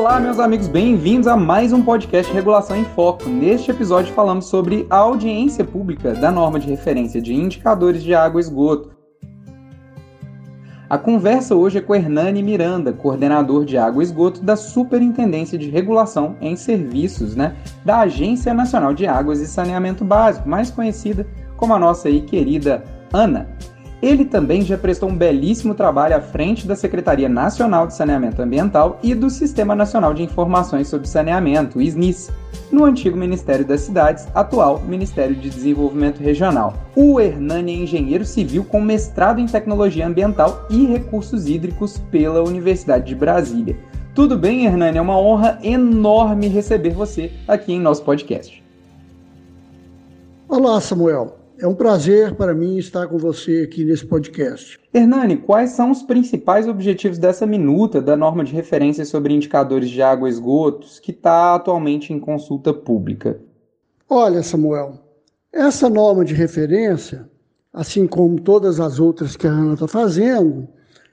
Olá, meus amigos, bem-vindos a mais um podcast Regulação em Foco. Neste episódio falamos sobre a audiência pública da norma de referência de indicadores de água e esgoto. A conversa hoje é com Hernani Miranda, coordenador de água e esgoto da Superintendência de Regulação em Serviços, da Agência Nacional de Águas e Saneamento Básico, mais conhecida como a nossa aí querida ANA. Ele também já prestou um belíssimo trabalho à frente da Secretaria Nacional de Saneamento Ambiental e do Sistema Nacional de Informações sobre Saneamento, SNIS, no antigo Ministério das Cidades, atual Ministério de Desenvolvimento Regional. O Hernani é engenheiro civil com mestrado em Tecnologia Ambiental e Recursos Hídricos pela Universidade de Brasília. Tudo bem, Hernani? É uma honra enorme receber você aqui em nosso podcast. Olá, Samuel. É um prazer para mim estar com você aqui nesse podcast. Hernani, quais são os principais objetivos dessa minuta da norma de referência sobre indicadores de água e esgotos que está atualmente em consulta pública? Olha, Samuel, essa norma de referência, assim como todas as outras que a ANA está fazendo,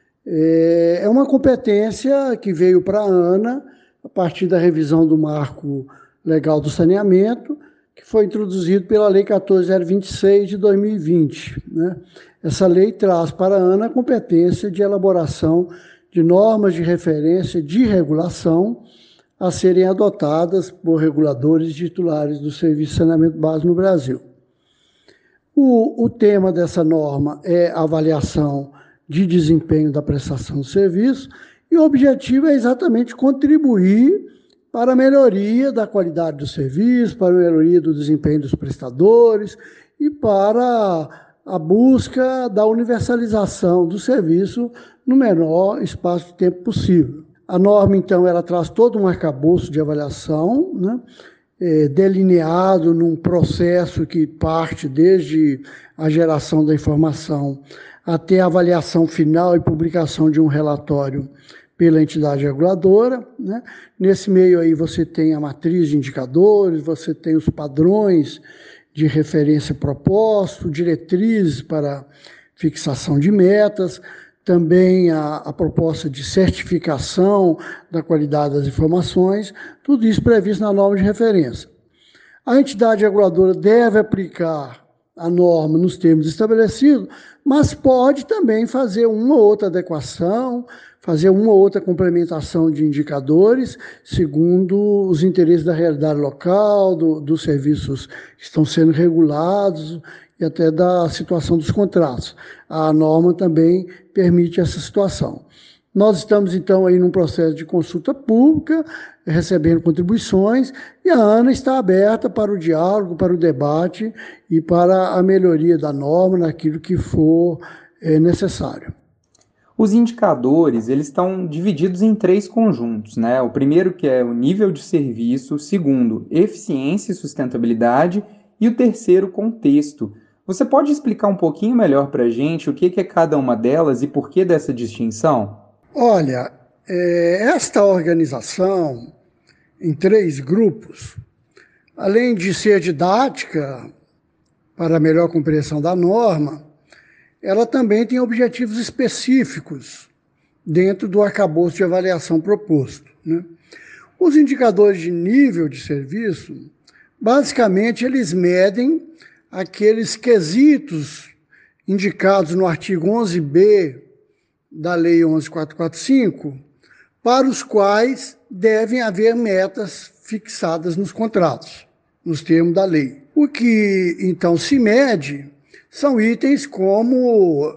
é uma competência que veio para a ANA a partir da revisão do marco legal do saneamento, que foi introduzido pela Lei 14.026 de 2020. Essa lei traz para a ANA a competência de elaboração de normas de referência de regulação a serem adotadas por reguladores titulares do Serviço de Saneamento Básico no Brasil. O tema dessa norma é a avaliação de desempenho da prestação de serviço e o objetivo é exatamente contribuir para a melhoria da qualidade do serviço, para a melhoria do desempenho dos prestadores e para a busca da universalização do serviço no menor espaço de tempo possível. A norma, então, ela traz todo um arcabouço de avaliação, delineado num processo que parte desde a geração da informação até a avaliação final e publicação de um relatório pela entidade reguladora. Nesse meio aí você tem a matriz de indicadores, você tem os padrões de referência propostos, diretrizes para fixação de metas, também a proposta de certificação da qualidade das informações, tudo isso previsto na norma de referência. A entidade reguladora deve aplicar a norma nos termos estabelecidos, mas pode também fazer uma ou outra adequação, fazer uma ou outra complementação de indicadores, segundo os interesses da realidade local, dos serviços que estão sendo regulados e até da situação dos contratos. A norma também permite essa situação. Nós estamos, então, aí num processo de consulta pública, recebendo contribuições, e a ANA está aberta para o diálogo, para o debate e para a melhoria da norma naquilo que for necessário. Os indicadores, eles estão divididos em 3 conjuntos, O primeiro que é o nível de serviço, o segundo, eficiência e sustentabilidade, e o terceiro, contexto. Você pode explicar um pouquinho melhor para a gente o que é cada uma delas e por que dessa distinção? Olha, esta organização em 3 grupos, além de ser didática para a melhor compreensão da norma, ela também tem objetivos específicos dentro do arcabouço de avaliação proposto. Os indicadores de nível de serviço, basicamente, eles medem aqueles quesitos indicados no artigo 11b da Lei 11.445, para os quais devem haver metas fixadas nos contratos, nos termos da lei. O que, então, se mede são itens como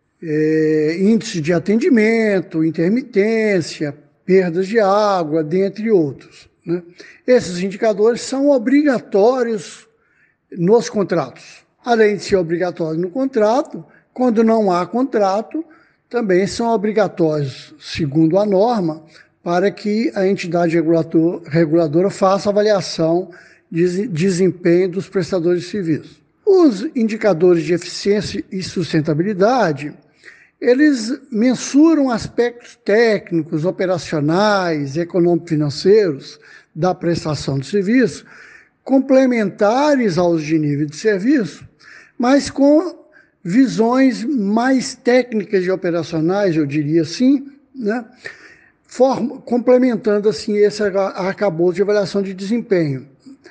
índice de atendimento, intermitência, perdas de água, dentre outros. Esses indicadores são obrigatórios nos contratos. Além de ser obrigatório no contrato, quando não há contrato, também são obrigatórios, segundo a norma, para que a entidade reguladora faça avaliação de desempenho dos prestadores de serviço. Os indicadores de eficiência e sustentabilidade, eles mensuram aspectos técnicos, operacionais, econômico-financeiros da prestação de serviço, complementares aos de nível de serviço, mas com visões mais técnicas e operacionais, eu diria assim, complementando assim esse arcabouço de avaliação de desempenho.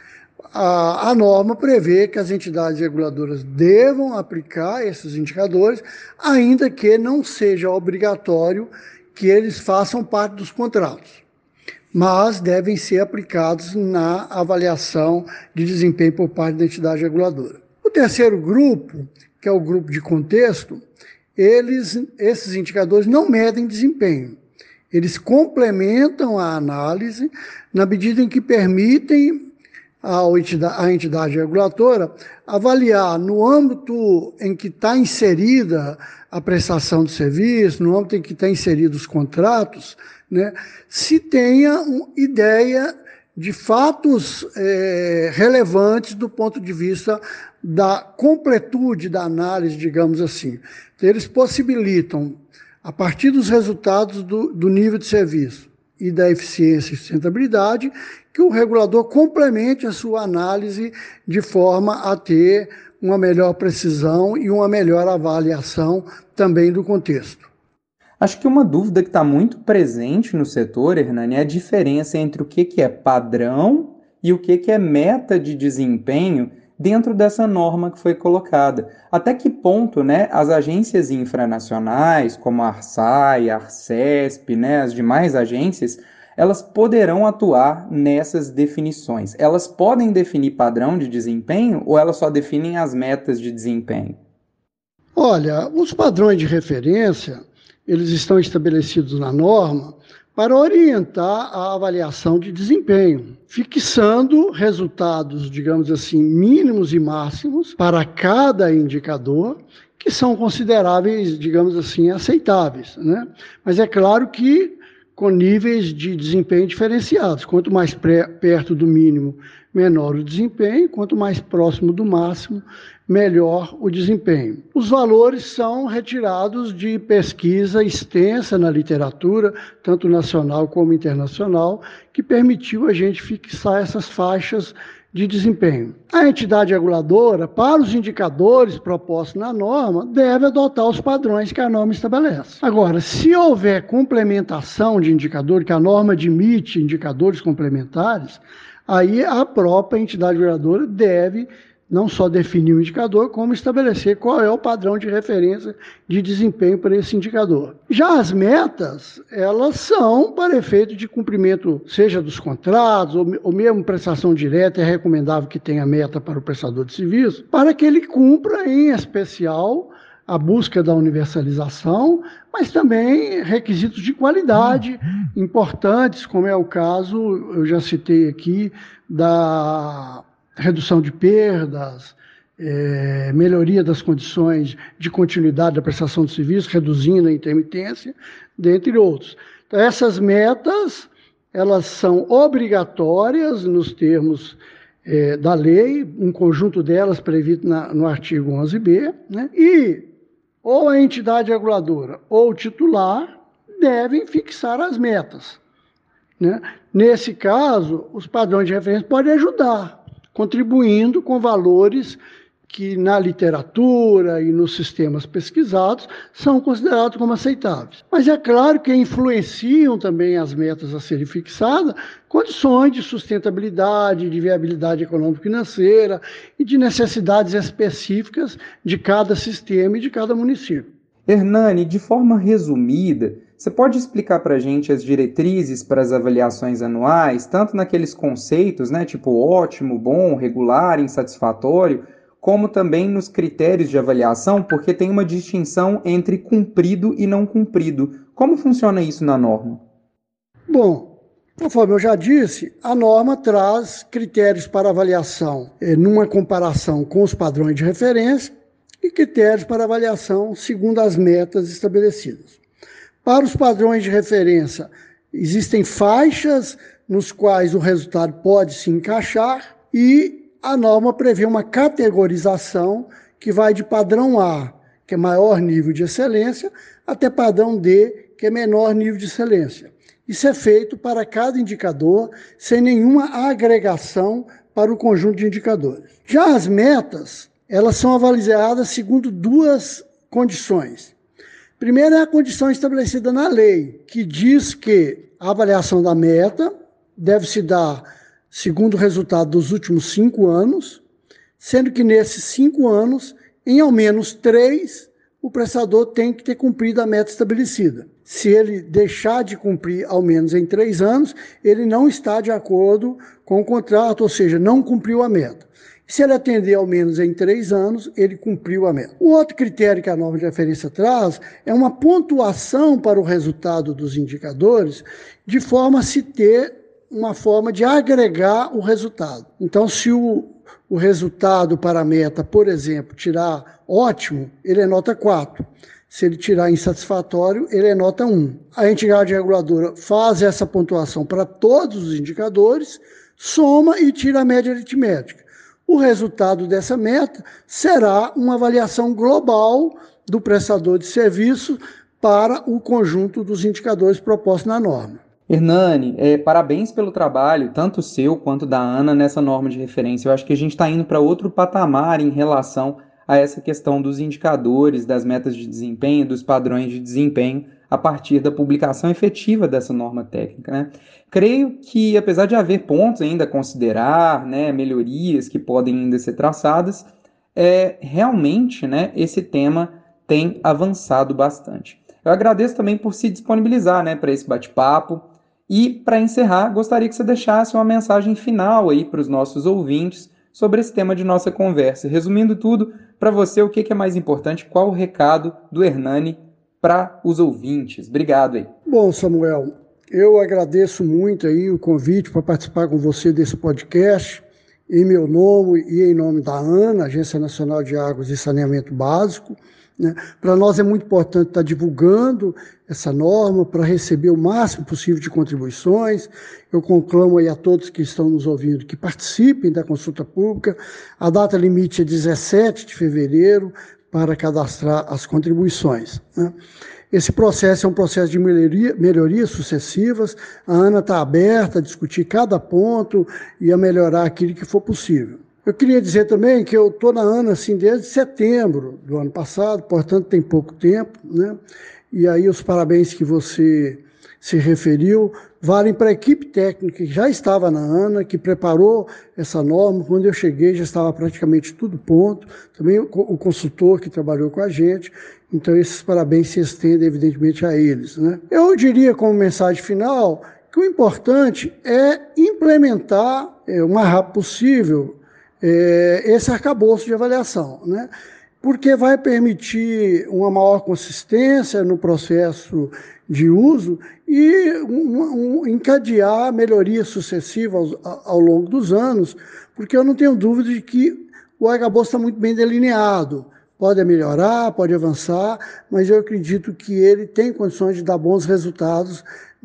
A norma prevê que as entidades reguladoras devam aplicar esses indicadores, ainda que não seja obrigatório que eles façam parte dos contratos, mas devem ser aplicados na avaliação de desempenho por parte da entidade reguladora. O terceiro grupo, que é o grupo de contexto, esses indicadores não medem desempenho. Eles complementam a análise na medida em que permitem a entidade regulatora avaliar no âmbito em que está inserida a prestação de serviço, no âmbito em que está inseridos os contratos, né, se tenha ideia de fatos relevantes do ponto de vista da completude da análise, digamos assim. Então, eles possibilitam, a partir dos resultados do nível de serviço e da eficiência e sustentabilidade, que o regulador complemente a sua análise de forma a ter uma melhor precisão e uma melhor avaliação também do contexto. Acho que uma dúvida que está muito presente no setor, Hernani, é a diferença entre o que é padrão e o que é meta de desempenho dentro dessa norma que foi colocada. Até que ponto, né, as agências infranacionais, como a ARSAI, a ARCESP, né, as demais agências, elas poderão atuar nessas definições. Elas podem definir padrão de desempenho ou elas só definem as metas de desempenho? Olha, os padrões de referência, eles estão estabelecidos na norma para orientar a avaliação de desempenho, fixando resultados, digamos assim, mínimos e máximos para cada indicador, que são consideráveis, digamos assim, aceitáveis, né? Mas é claro que com níveis de desempenho diferenciados. Quanto mais perto do mínimo, menor o desempenho, quanto mais próximo do máximo, melhor o desempenho. Os valores são retirados de pesquisa extensa na literatura, tanto nacional como internacional, que permitiu a gente fixar essas faixas de desempenho. A entidade reguladora, para os indicadores propostos na norma, deve adotar os padrões que a norma estabelece. Agora, se houver complementação de indicador, que a norma admite indicadores complementares, aí a própria entidade reguladora deve não só definir o indicador, como estabelecer qual é o padrão de referência de desempenho para esse indicador. Já as metas, elas são para efeito de cumprimento, seja dos contratos, ou mesmo prestação direta, é recomendável que tenha meta para o prestador de serviço, para que ele cumpra, em especial, a busca da universalização, mas também requisitos de qualidade importantes, como é o caso, eu já citei aqui, da redução de perdas, melhoria das condições de continuidade da prestação de serviço, reduzindo a intermitência, dentre outros. Então, essas metas, elas são obrigatórias nos termos da lei, um conjunto delas previsto no artigo 11b, né? E ou a entidade reguladora ou o titular devem fixar as metas, né? Nesse caso, os padrões de referência podem ajudar, contribuindo com valores que na literatura e nos sistemas pesquisados são considerados como aceitáveis. Mas é claro que influenciam também as metas a serem fixadas condições de sustentabilidade, de viabilidade econômico-financeira e de necessidades específicas de cada sistema e de cada município. Hernani, de forma resumida, você pode explicar para a gente as diretrizes para as avaliações anuais, tanto naqueles conceitos, né, tipo ótimo, bom, regular, insatisfatório, como também nos critérios de avaliação, porque tem uma distinção entre cumprido e não cumprido. Como funciona isso na norma? Bom, conforme eu já disse, a norma traz critérios para avaliação numa comparação com os padrões de referência e critérios para avaliação segundo as metas estabelecidas. Para os padrões de referência, existem faixas nos quais o resultado pode se encaixar e a norma prevê uma categorização que vai de padrão A, que é maior nível de excelência, até padrão D, que é menor nível de excelência. Isso é feito para cada indicador, sem nenhuma agregação para o conjunto de indicadores. Já as metas, elas são avaliadas segundo duas condições. Primeiro é a condição estabelecida na lei, que diz que a avaliação da meta deve se dar segundo o resultado dos últimos 5 anos, sendo que nesses 5 anos, em ao menos 3, o prestador tem que ter cumprido a meta estabelecida. Se ele deixar de cumprir ao menos em 3 anos, ele não está de acordo com o contrato, ou seja, não cumpriu a meta. Se ele atender ao menos em 3 anos, ele cumpriu a meta. O outro critério que a norma de referência traz é uma pontuação para o resultado dos indicadores, de forma a se ter uma forma de agregar o resultado. Então, se o resultado para a meta, por exemplo, tirar ótimo, ele é nota 4. Se ele tirar insatisfatório, ele é nota 1. A entidade reguladora faz essa pontuação para todos os indicadores, soma e tira a média aritmética. O resultado dessa meta será uma avaliação global do prestador de serviço para o conjunto dos indicadores propostos na norma. Hernani, parabéns pelo trabalho, tanto seu quanto da Ana, nessa norma de referência. Eu acho que a gente está indo para outro patamar em relação a essa questão dos indicadores, das metas de desempenho, dos padrões de desempenho, a partir da publicação efetiva dessa norma técnica, né? Creio que, apesar de haver pontos ainda a considerar, né, melhorias que podem ainda ser traçadas, realmente, né, esse tema tem avançado bastante. Eu agradeço também por se disponibilizar, né, para esse bate-papo. E, para encerrar, gostaria que você deixasse uma mensagem final aí para os nossos ouvintes sobre esse tema de nossa conversa. Resumindo tudo, para você, o que é mais importante? Qual o recado do Hernani para os ouvintes? Obrigado aí. Bom, Samuel, eu agradeço muito aí o convite para participar com você desse podcast, em meu nome e em nome da ANA, Agência Nacional de Águas e Saneamento Básico. Né? Para nós é muito importante estar divulgando essa norma para receber o máximo possível de contribuições. Eu conclamo aí a todos que estão nos ouvindo que participem da consulta pública. A data limite é 17 de fevereiro para cadastrar as contribuições. Né? Esse processo é um processo de melhorias sucessivas. A ANA está aberta a discutir cada ponto e a melhorar aquilo que for possível. Eu queria dizer também que eu estou na ANA assim, desde setembro do ano passado, portanto tem pouco tempo, né? E aí os parabéns que você se referiu valem para a equipe técnica que já estava na ANA, que preparou essa norma. Quando eu cheguei já estava praticamente tudo pronto, também o consultor que trabalhou com a gente, então esses parabéns se estendem evidentemente a eles, né? Eu diria como mensagem final que o importante é implementar o mais rápido possível esse arcabouço de avaliação, né? Porque vai permitir uma maior consistência no processo de uso e encadear melhorias sucessivas ao longo dos anos, porque eu não tenho dúvida de que o arcabouço está muito bem delineado. Pode melhorar, pode avançar, mas eu acredito que ele tem condições de dar bons resultados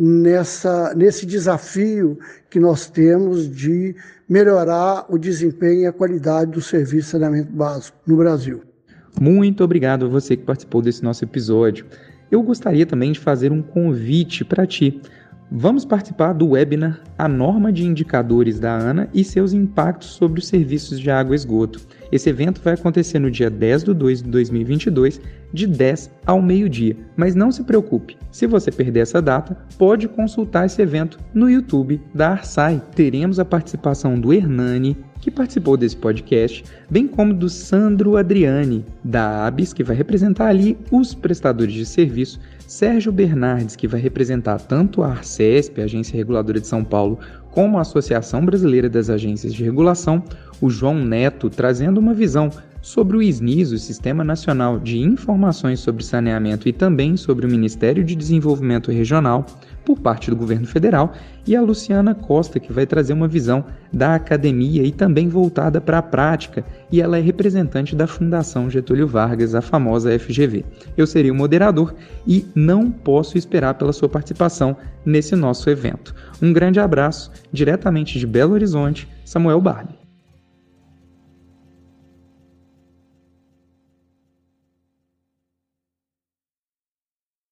nesse desafio que nós temos de melhorar o desempenho e a qualidade do serviço de saneamento básico no Brasil. Muito obrigado a você que participou desse nosso episódio. Eu gostaria também de fazer um convite para ti. Vamos participar do webinar A Norma de Indicadores da ANA e seus impactos sobre os serviços de água e esgoto. Esse evento vai acontecer no dia 10/2 de 2022, de 10 ao meio-dia. Mas não se preocupe, se você perder essa data, pode consultar esse evento no YouTube da Arsai. Teremos a participação do Hernani, que participou desse podcast, bem como do Sandro Adriani, da ABS, que vai representar ali os prestadores de serviço, Sérgio Bernardes, que vai representar tanto a Arcesp, a Agência Reguladora de São Paulo, como a Associação Brasileira das Agências de Regulação, o João Neto, trazendo uma visão sobre o SNIS, o Sistema Nacional de Informações sobre Saneamento, e também sobre o Ministério de Desenvolvimento Regional, por parte do Governo Federal, e a Luciana Costa, que vai trazer uma visão da academia e também voltada para a prática, e ela é representante da Fundação Getúlio Vargas, a famosa FGV. Eu serei o moderador e não posso esperar pela sua participação nesse nosso evento. Um grande abraço, diretamente de Belo Horizonte, Samuel Barbi.